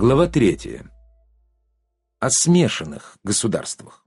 Глава 3. О смешанных государствах.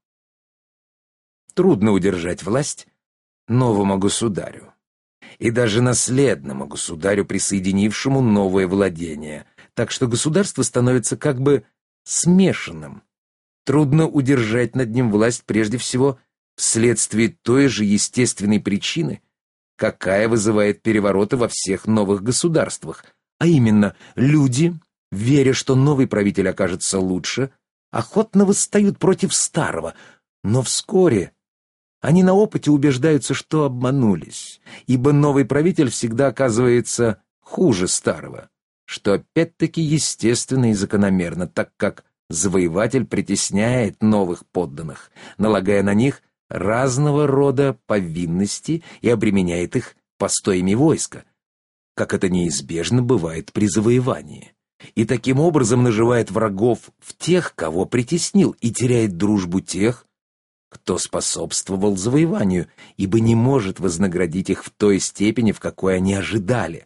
Трудно удержать власть новому государю, и даже наследному государю, присоединившему новое владение, так что государство становится как бы смешанным. Трудно удержать над ним власть прежде всего вследствие той же естественной причины, какая вызывает перевороты во всех новых государствах, а именно люди, веря, что новый правитель окажется лучше, охотно восстают против старого, но вскоре они на опыте убеждаются, что обманулись, ибо новый правитель всегда оказывается хуже старого, что опять-таки естественно и закономерно, так как завоеватель притесняет новых подданных, налагая на них разного рода повинности и обременяет их постоями войска, как это неизбежно бывает при завоевании. И таким образом наживает врагов в тех, кого притеснил, и теряет дружбу тех, кто способствовал завоеванию, ибо не может вознаградить их в той степени, в какой они ожидали,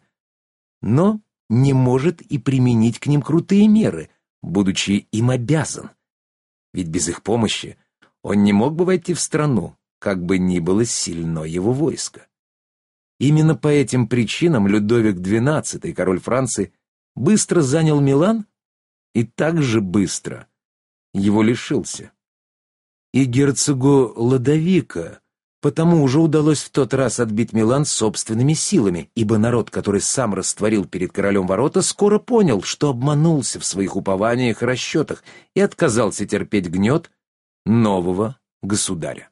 но не может и применить к ним крутые меры, будучи им обязан. Ведь без их помощи он не мог бы войти в страну, как бы ни было сильно его войско. Именно по этим причинам Людовик XII, король Франции, быстро занял Милан и так же быстро его лишился. И герцогу Лодовико потому уже удалось в тот раз отбить Милан собственными силами, ибо народ, который сам растворил перед королем ворота, скоро понял, что обманулся в своих упованиях и расчетах и отказался терпеть гнет нового государя.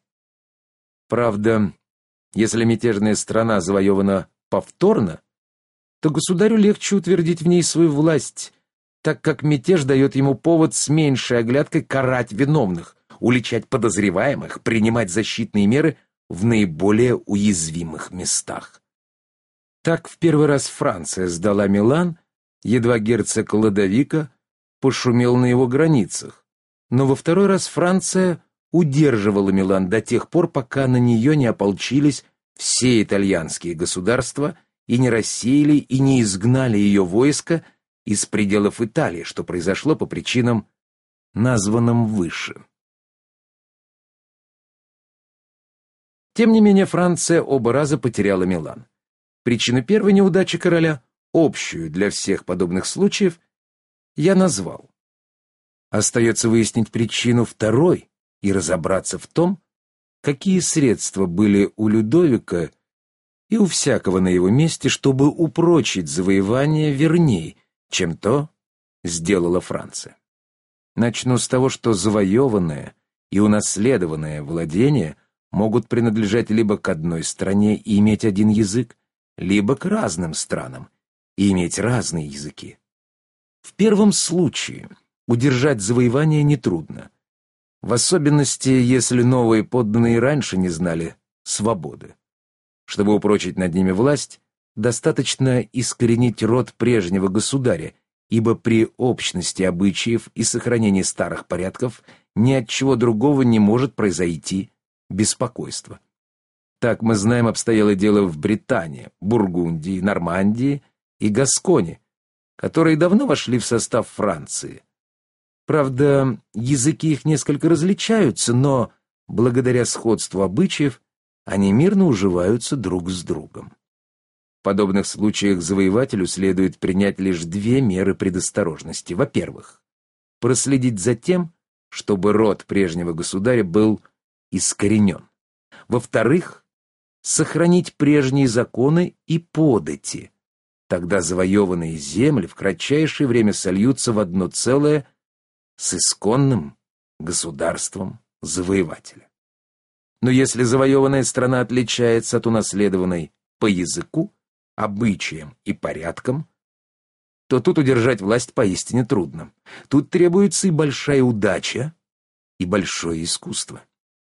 Правда, если мятежная страна завоевана повторно, то государю легче утвердить в ней свою власть, так как мятеж дает ему повод с меньшей оглядкой карать виновных, уличать подозреваемых, принимать защитные меры в наиболее уязвимых местах. Так в первый раз Франция сдала Милан, едва герцог Лодовико пошумел на его границах, но во второй раз Франция удерживала Милан до тех пор, пока на нее не ополчились все итальянские государства и не рассеяли и не изгнали ее войско из пределов Италии, что произошло по причинам, названным выше. Тем не менее, Франция оба раза потеряла Милан. Причину первой неудачи короля, общую для всех подобных случаев, я назвал. Остается выяснить причину второй и разобраться в том, какие средства были у Людовика и у всякого на его месте, чтобы упрочить завоевание верней, чем то сделала Франция. Начну с того, что завоеванное и унаследованное владение могут принадлежать либо к одной стране и иметь один язык, либо к разным странам и иметь разные языки. В первом случае удержать завоевание нетрудно, в особенности, если новые подданные раньше не знали свободы. Чтобы упрочить над ними власть, достаточно искоренить род прежнего государя, ибо при общности обычаев и сохранении старых порядков ни от чего другого не может произойти беспокойство. Так мы знаем, обстояло дело в Британии, Бургундии, Нормандии и Гасконе, которые давно вошли в состав Франции. Правда, языки их несколько различаются, но, благодаря сходству обычаев, они мирно уживаются друг с другом. В подобных случаях завоевателю следует принять лишь две меры предосторожности. Во-первых, проследить за тем, чтобы род прежнего государя был искоренен. Во-вторых, сохранить прежние законы и подати. Тогда завоеванные земли в кратчайшее время сольются в одно целое с исконным государством завоевателя. Но если завоеванная страна отличается от унаследованной по языку, обычаям и порядкам, то тут удержать власть поистине трудно. Тут требуется и большая удача, и большое искусство.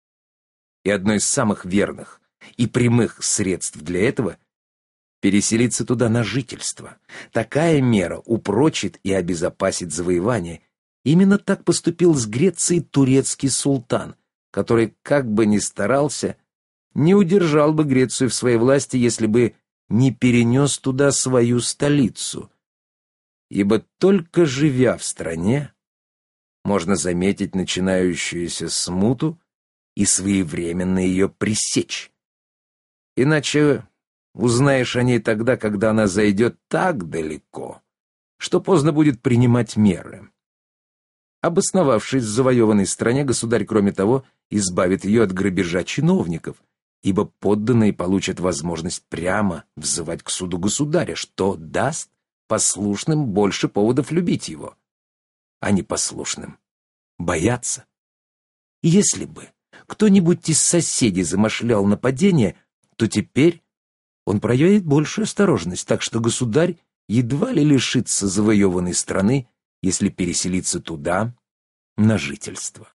И одно из самых верных и прямых средств для этого — переселиться туда на жительство. Такая мера упрочит и обезопасит завоевание. Именно так поступил с Грецией турецкий султан, который, как бы ни старался, не удержал бы Грецию в своей власти, если бы не перенес туда свою столицу. ибо только живя в стране, можно заметить начинающуюся смуту и своевременно ее пресечь. Иначе узнаешь о ней тогда, когда она зайдет так далеко, что поздно будет принимать меры. Обосновавшись в завоеванной стране, государь, кроме того, избавит ее от грабежа чиновников, ибо подданные получат возможность прямо взывать к суду государя, что даст послушным больше поводов любить его, а непослушным бояться. И если бы кто-нибудь из соседей замышлял нападение, то теперь он проявит большую осторожность, так что государь едва ли лишится завоеванной страны, если переселиться туда на жительство.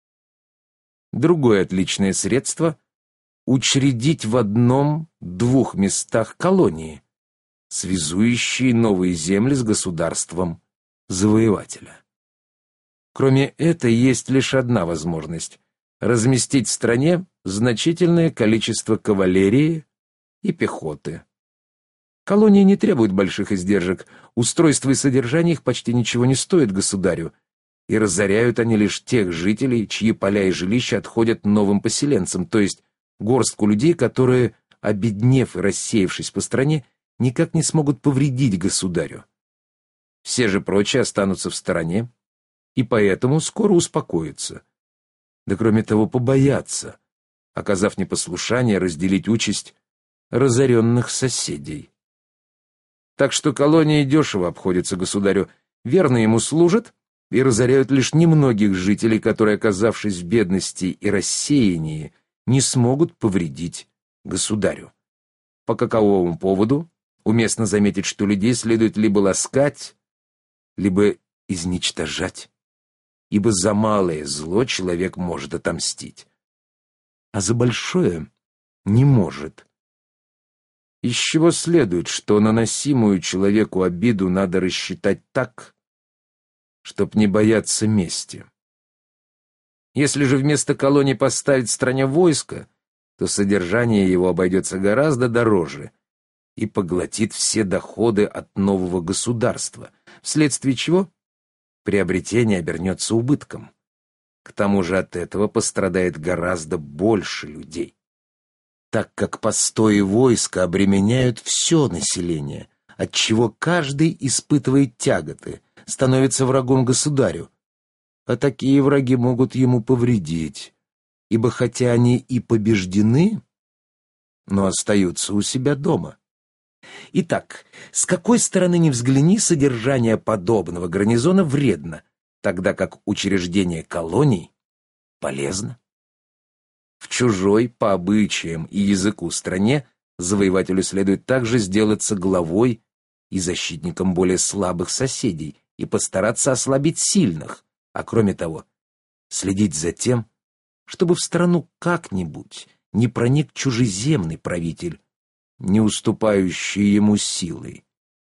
Другое отличное средство — учредить в одном-двух местах колонии, связующие новые земли с государством завоевателя. Кроме этой, есть лишь одна возможность — разместить в стране значительное количество кавалерии и пехоты. Колонии не требуют больших издержек, устройство и содержание их почти ничего не стоит государю, и разоряют они лишь тех жителей, чьи поля и жилища отходят новым поселенцам, то есть горстку людей, которые, обеднев и рассеявшись по стране, никак не смогут повредить государю. Все же прочие останутся в стороне, и поэтому скоро успокоятся. Да кроме того, побоятся, оказав непослушание, разделить участь разоренных соседей. Так что колонии дешево обходятся государю, верно ему служат и разоряют лишь немногих жителей, которые, оказавшись в бедности и рассеянии, не смогут повредить государю. По каковому поводу уместно заметить, что людей следует либо ласкать, либо изничтожать, ибо за малое зло человек может отомстить, а за большое не может. Из чего следует, что наносимую человеку обиду надо рассчитать так, чтоб не бояться мести. Если же вместо колонии поставить в стране войско, то содержание его обойдется гораздо дороже и поглотит все доходы от нового государства, вследствие чего приобретение обернется убытком. К тому же от этого пострадает гораздо больше людей, так как постои войска обременяют все население, отчего каждый испытывает тяготы, становится врагом государю, а такие враги могут ему повредить, ибо хотя они и побеждены, но остаются у себя дома. Итак, с какой стороны ни взгляни, содержание подобного гарнизона вредно, тогда как учреждение колоний полезно. В чужой, по обычаям и языку стране, завоевателю следует также сделаться главой и защитником более слабых соседей и постараться ослабить сильных, а кроме того, следить за тем, чтобы в страну как-нибудь не проник чужеземный правитель, не уступающий ему силой.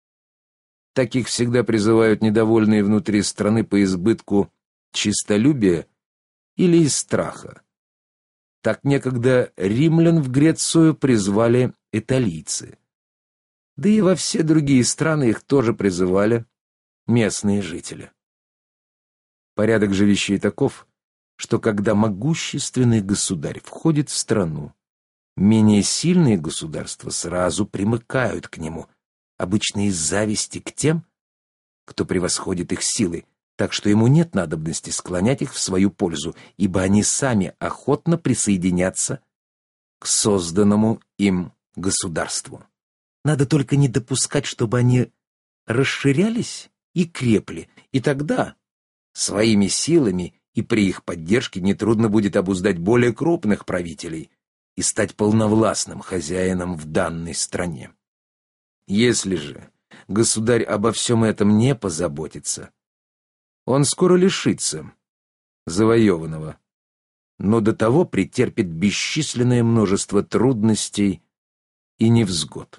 Таких всегда призывают недовольные внутри страны по избытку честолюбия или из страха. Так некогда римлян в Грецию призвали италийцы. Да и во все другие страны их тоже призывали местные жители. Порядок же вещей таков, что когда могущественный государь входит в страну, менее сильные государства сразу примыкают к нему, обычно из зависти к тем, кто превосходит их силой, так что ему нет надобности склонять их в свою пользу, ибо они сами охотно присоединятся к созданному им государству. Надо только не допускать, чтобы они расширялись и крепли, и тогда своими силами и при их поддержке нетрудно будет обуздать более крупных правителей и стать полновластным хозяином в данной стране. Если же государь обо всем этом не позаботится, он скоро лишится завоеванного, но до того претерпит бесчисленное множество трудностей и невзгод.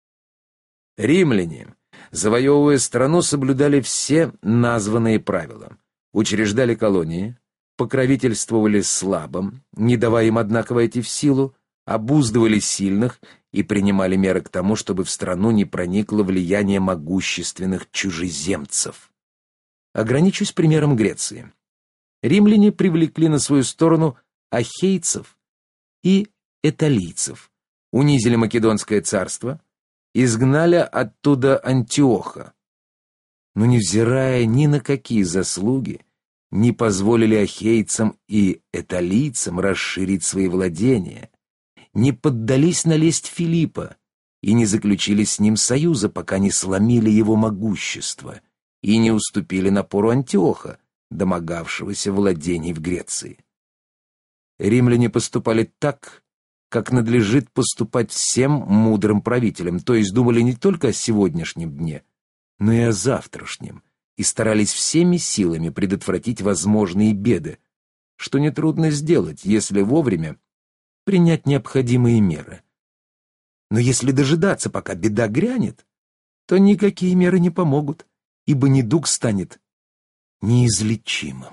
Римляне, завоевывая страну, соблюдали все названные правила, учреждали колонии, покровительствовали слабым, не давая им, однако, войти в силу, обуздывали сильных и принимали меры к тому, чтобы в страну не проникло влияние могущественных чужеземцев. Ограничусь примером Греции. Римляне привлекли на свою сторону ахейцев и этолийцев, унизили Македонское царство, изгнали оттуда Антиоха, но, невзирая ни на какие заслуги, не позволили ахейцам и этолийцам расширить свои владения, не поддались на лесть Филиппа и не заключили с ним союза, пока не сломили его могущество и не уступили напору Антиоха, домогавшегося владений в Греции. Римляне поступали так, как надлежит поступать всем мудрым правителям, то есть думали не только о сегодняшнем дне, но и о завтрашнем, и старались всеми силами предотвратить возможные беды, что нетрудно сделать, если вовремя принять необходимые меры. Но если дожидаться, пока беда грянет, то никакие меры не помогут, ибо недуг станет неизлечимым.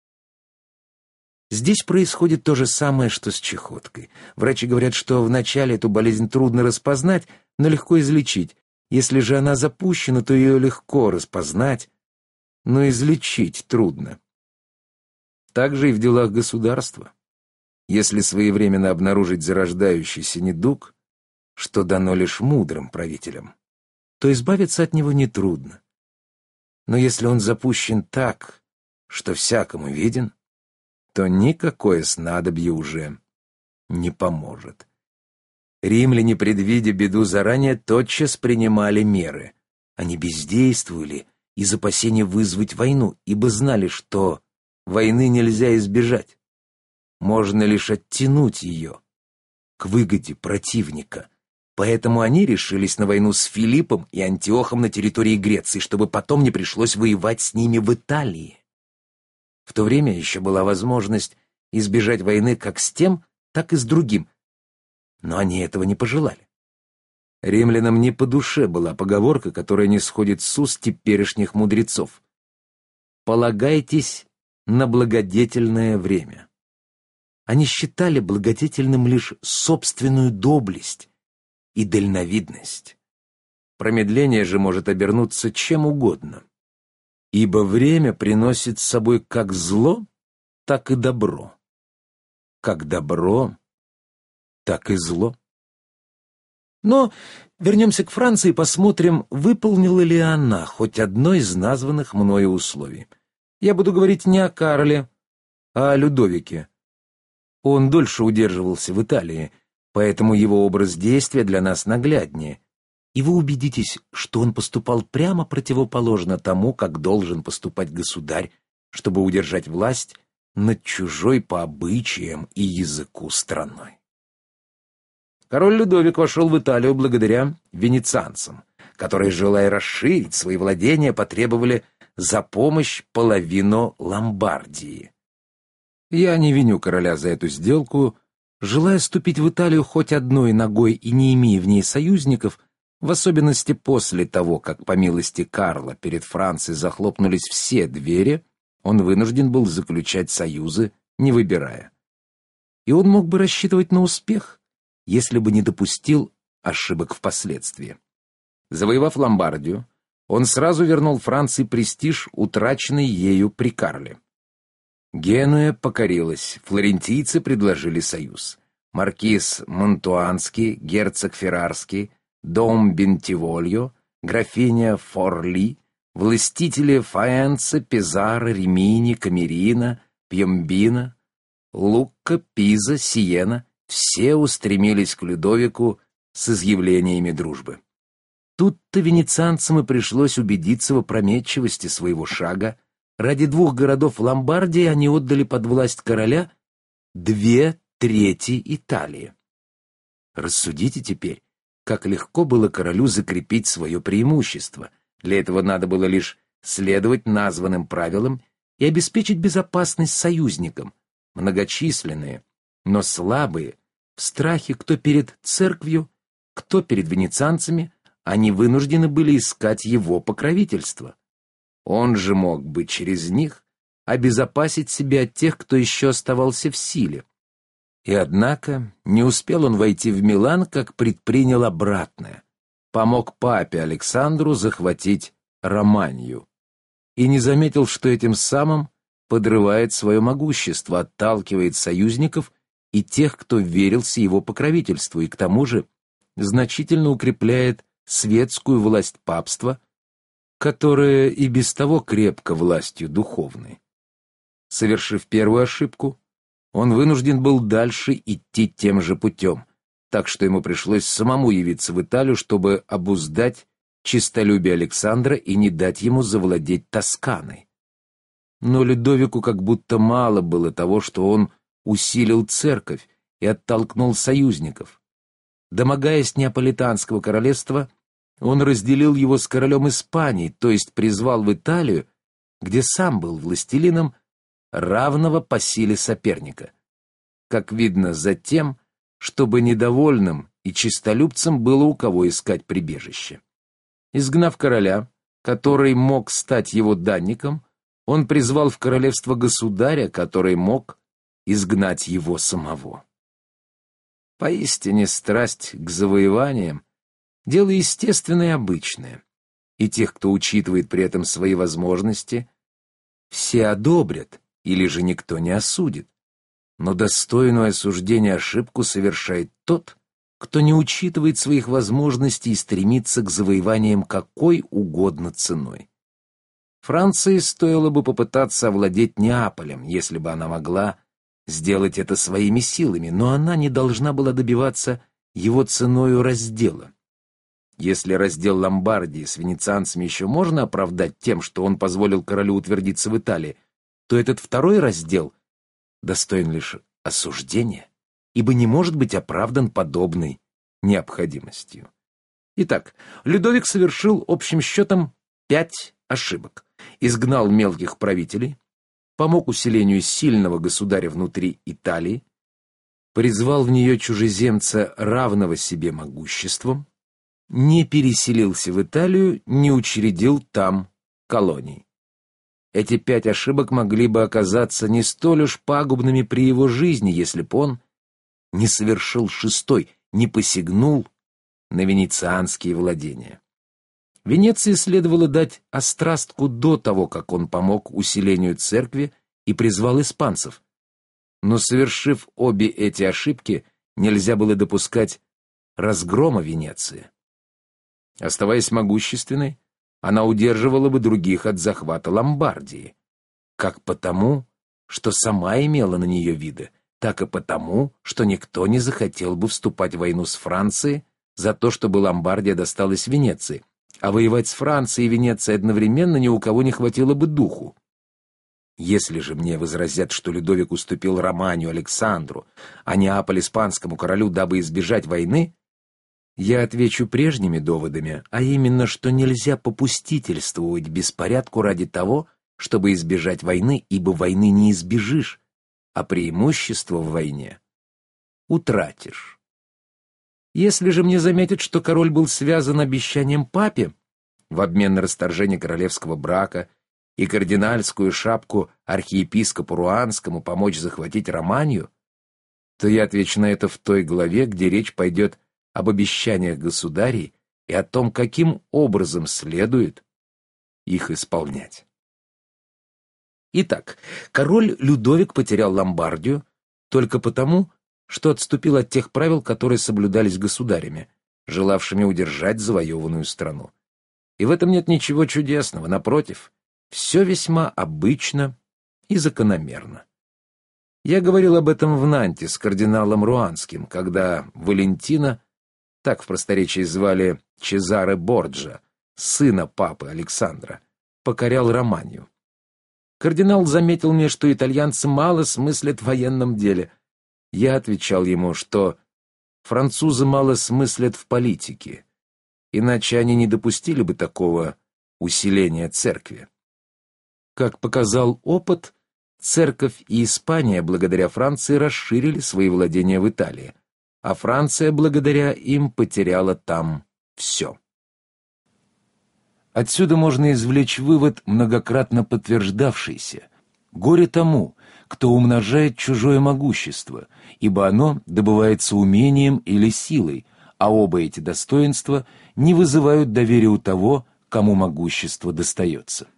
Здесь происходит то же самое, что с чахоткой. Врачи говорят, что вначале эту болезнь трудно распознать, но легко излечить. Если же она запущена, то ее легко распознать, но излечить трудно. Так же и в делах государства. Если своевременно обнаружить зарождающийся недуг, что дано лишь мудрым правителям, то избавиться от него нетрудно. Но если он запущен так, что всякому виден, то никакое снадобье уже не поможет. Римляне, предвидя беду заранее, тотчас принимали меры. Они бездействовали из опасения вызвать войну, ибо знали, что войны нельзя избежать. Можно лишь оттянуть ее к выгоде противника. Поэтому они решились на войну с Филиппом и Антиохом на территории Греции, чтобы потом не пришлось воевать с ними в Италии. В то время еще была возможность избежать войны как с тем, так и с другим, но они этого не пожелали. Римлянам не по душе была поговорка, которая не сходит с уст теперешних мудрецов: «Полагайтесь на благодетельное время». Они считали благодетельным лишь собственную доблесть и дальновидность. Промедление же может обернуться чем угодно, ибо время приносит с собой как зло, так и добро, как добро, так и зло. Но вернемся к Франции и посмотрим, выполнила ли она хоть одно из названных мною условий. Я буду говорить не о Карле, а о Людовике. Он дольше удерживался в Италии, поэтому его образ действия для нас нагляднее, и вы убедитесь, что он поступал прямо противоположно тому, как должен поступать государь, чтобы удержать власть над чужой по обычаям и языку страной. Король Людовик вошел в Италию благодаря венецианцам, которые, желая расширить свои владения, потребовали за помощь половину Ломбардии. Я не виню короля за эту сделку. Желая ступить в Италию хоть одной ногой и не имея в ней союзников, в особенности после того, как, по милости Карла, перед Францией захлопнулись все двери, он вынужден был заключать союзы, не выбирая. И он мог бы рассчитывать на успех, если бы не допустил ошибок впоследствии. Завоевав Ломбардию, он сразу вернул Франции престиж, утраченный ею при Карле. Генуя покорилась, флорентийцы предложили союз. Маркиз Монтуанский, герцог Феррарский, дом Бентивольо, графиня Форли, властители Фаэнца, Пизаро, Римини, Камерина, Пьембино, Лукка, Пиза, Сиена — все устремились к Людовику с изъявлениями дружбы. Тут-то венецианцам и пришлось убедиться в опрометчивости своего шага. Ради 2 городов Ломбардии они отдали под власть короля 2/3 Италии. Рассудите теперь, как легко было королю закрепить свое преимущество. Для этого надо было лишь следовать названным правилам и обеспечить безопасность союзникам. Многочисленные, но слабые, в страхе кто перед церковью, кто перед венецианцами, они вынуждены были искать его покровительство. Он же мог бы через них обезопасить себя от тех, кто еще оставался в силе. И однако не успел он войти в Милан, как предпринял обратное. Помог папе Александру захватить Романью. И не заметил, что этим самым подрывает свое могущество, отталкивает союзников и тех, кто верился его покровительству, и к тому же значительно укрепляет светскую власть папства, которая и без того крепко властью духовной. Совершив первую ошибку, он вынужден был дальше идти тем же путем, так что ему пришлось самому явиться в Италию, чтобы обуздать честолюбие Александра и не дать ему завладеть Тосканой. Но Людовику как будто мало было того, что он усилил церковь и оттолкнул союзников. Домогаясь Неаполитанского королевства, он разделил его с королем Испании, то есть призвал в Италию, где сам был властелином, равного по силе соперника. Как видно, затем, чтобы недовольным и честолюбцам было у кого искать прибежище. Изгнав короля, который мог стать его данником, он призвал в королевство государя, который мог изгнать его самого. Поистине страсть к завоеваниям — дело естественное и обычное, и тех, кто учитывает при этом свои возможности, все одобрят или же никто не осудит. Но достойную осуждения ошибку совершает тот, кто не учитывает своих возможностей и стремится к завоеваниям какой угодно ценой. Франции стоило бы попытаться овладеть Неаполем, если бы она могла сделать это своими силами, но она не должна была добиваться его ценою раздела. Если раздел Ломбардии с венецианцами еще можно оправдать тем, что он позволил королю утвердиться в Италии, то этот второй раздел достоин лишь осуждения, ибо не может быть оправдан подобной необходимостью. Итак, Людовик совершил общим счетом 5 ошибок. Изгнал мелких правителей, помог усилению сильного государя внутри Италии, призвал в нее чужеземца, равного себе могуществом, не переселился в Италию, не учредил там колоний. Эти 5 ошибок могли бы оказаться не столь уж пагубными при его жизни, если б он не совершил 6-й, не посягнул на венецианские владения. Венеции следовало дать острастку до того, как он помог усилению церкви и призвал испанцев. Но, совершив обе эти ошибки, нельзя было допускать разгрома Венеции. Оставаясь могущественной, она удерживала бы других от захвата Ломбардии, как потому, что сама имела на нее виды, так и потому, что никто не захотел бы вступать в войну с Францией за то, чтобы Ломбардия досталась Венеции, а воевать с Францией и Венецией одновременно ни у кого не хватило бы духу. Если же мне возразят, что Людовик уступил Романию Александру, а Неаполь испанскому королю, дабы избежать войны, я отвечу прежними доводами, а именно, что нельзя попустительствовать беспорядку ради того, чтобы избежать войны, ибо войны не избежишь, а преимущество в войне утратишь. Если же мне заметят, что король был связан обещанием папе в обмен на расторжение королевского брака и кардинальскую шапку архиепископу Руанскому помочь захватить Романию, то я отвечу на это в той главе, где речь пойдет об обещаниях государей и о том, каким образом следует их исполнять. Итак, король Людовик потерял Ломбардию только потому, что отступил от тех правил, которые соблюдались государями, желавшими удержать завоеванную страну. И в этом нет ничего чудесного, напротив, все весьма обычно и закономерно. Я говорил об этом в Нанте с кардиналом Руанским, когда Валентина, так в просторечии звали Чезаре Борджа, сына папы Александра, покорял Романию. Кардинал заметил мне, что итальянцы мало смыслят в военном деле. Я отвечал ему, что французы мало смыслят в политике, иначе они не допустили бы такого усиления церкви. Как показал опыт, церковь и Испания благодаря Франции расширили свои владения в Италии, а Франция благодаря им потеряла там все. Отсюда можно извлечь вывод, многократно подтверждавшийся. Горе тому, кто умножает чужое могущество, ибо оно добывается умением или силой, а оба эти достоинства не вызывают доверия у того, кому могущество достается.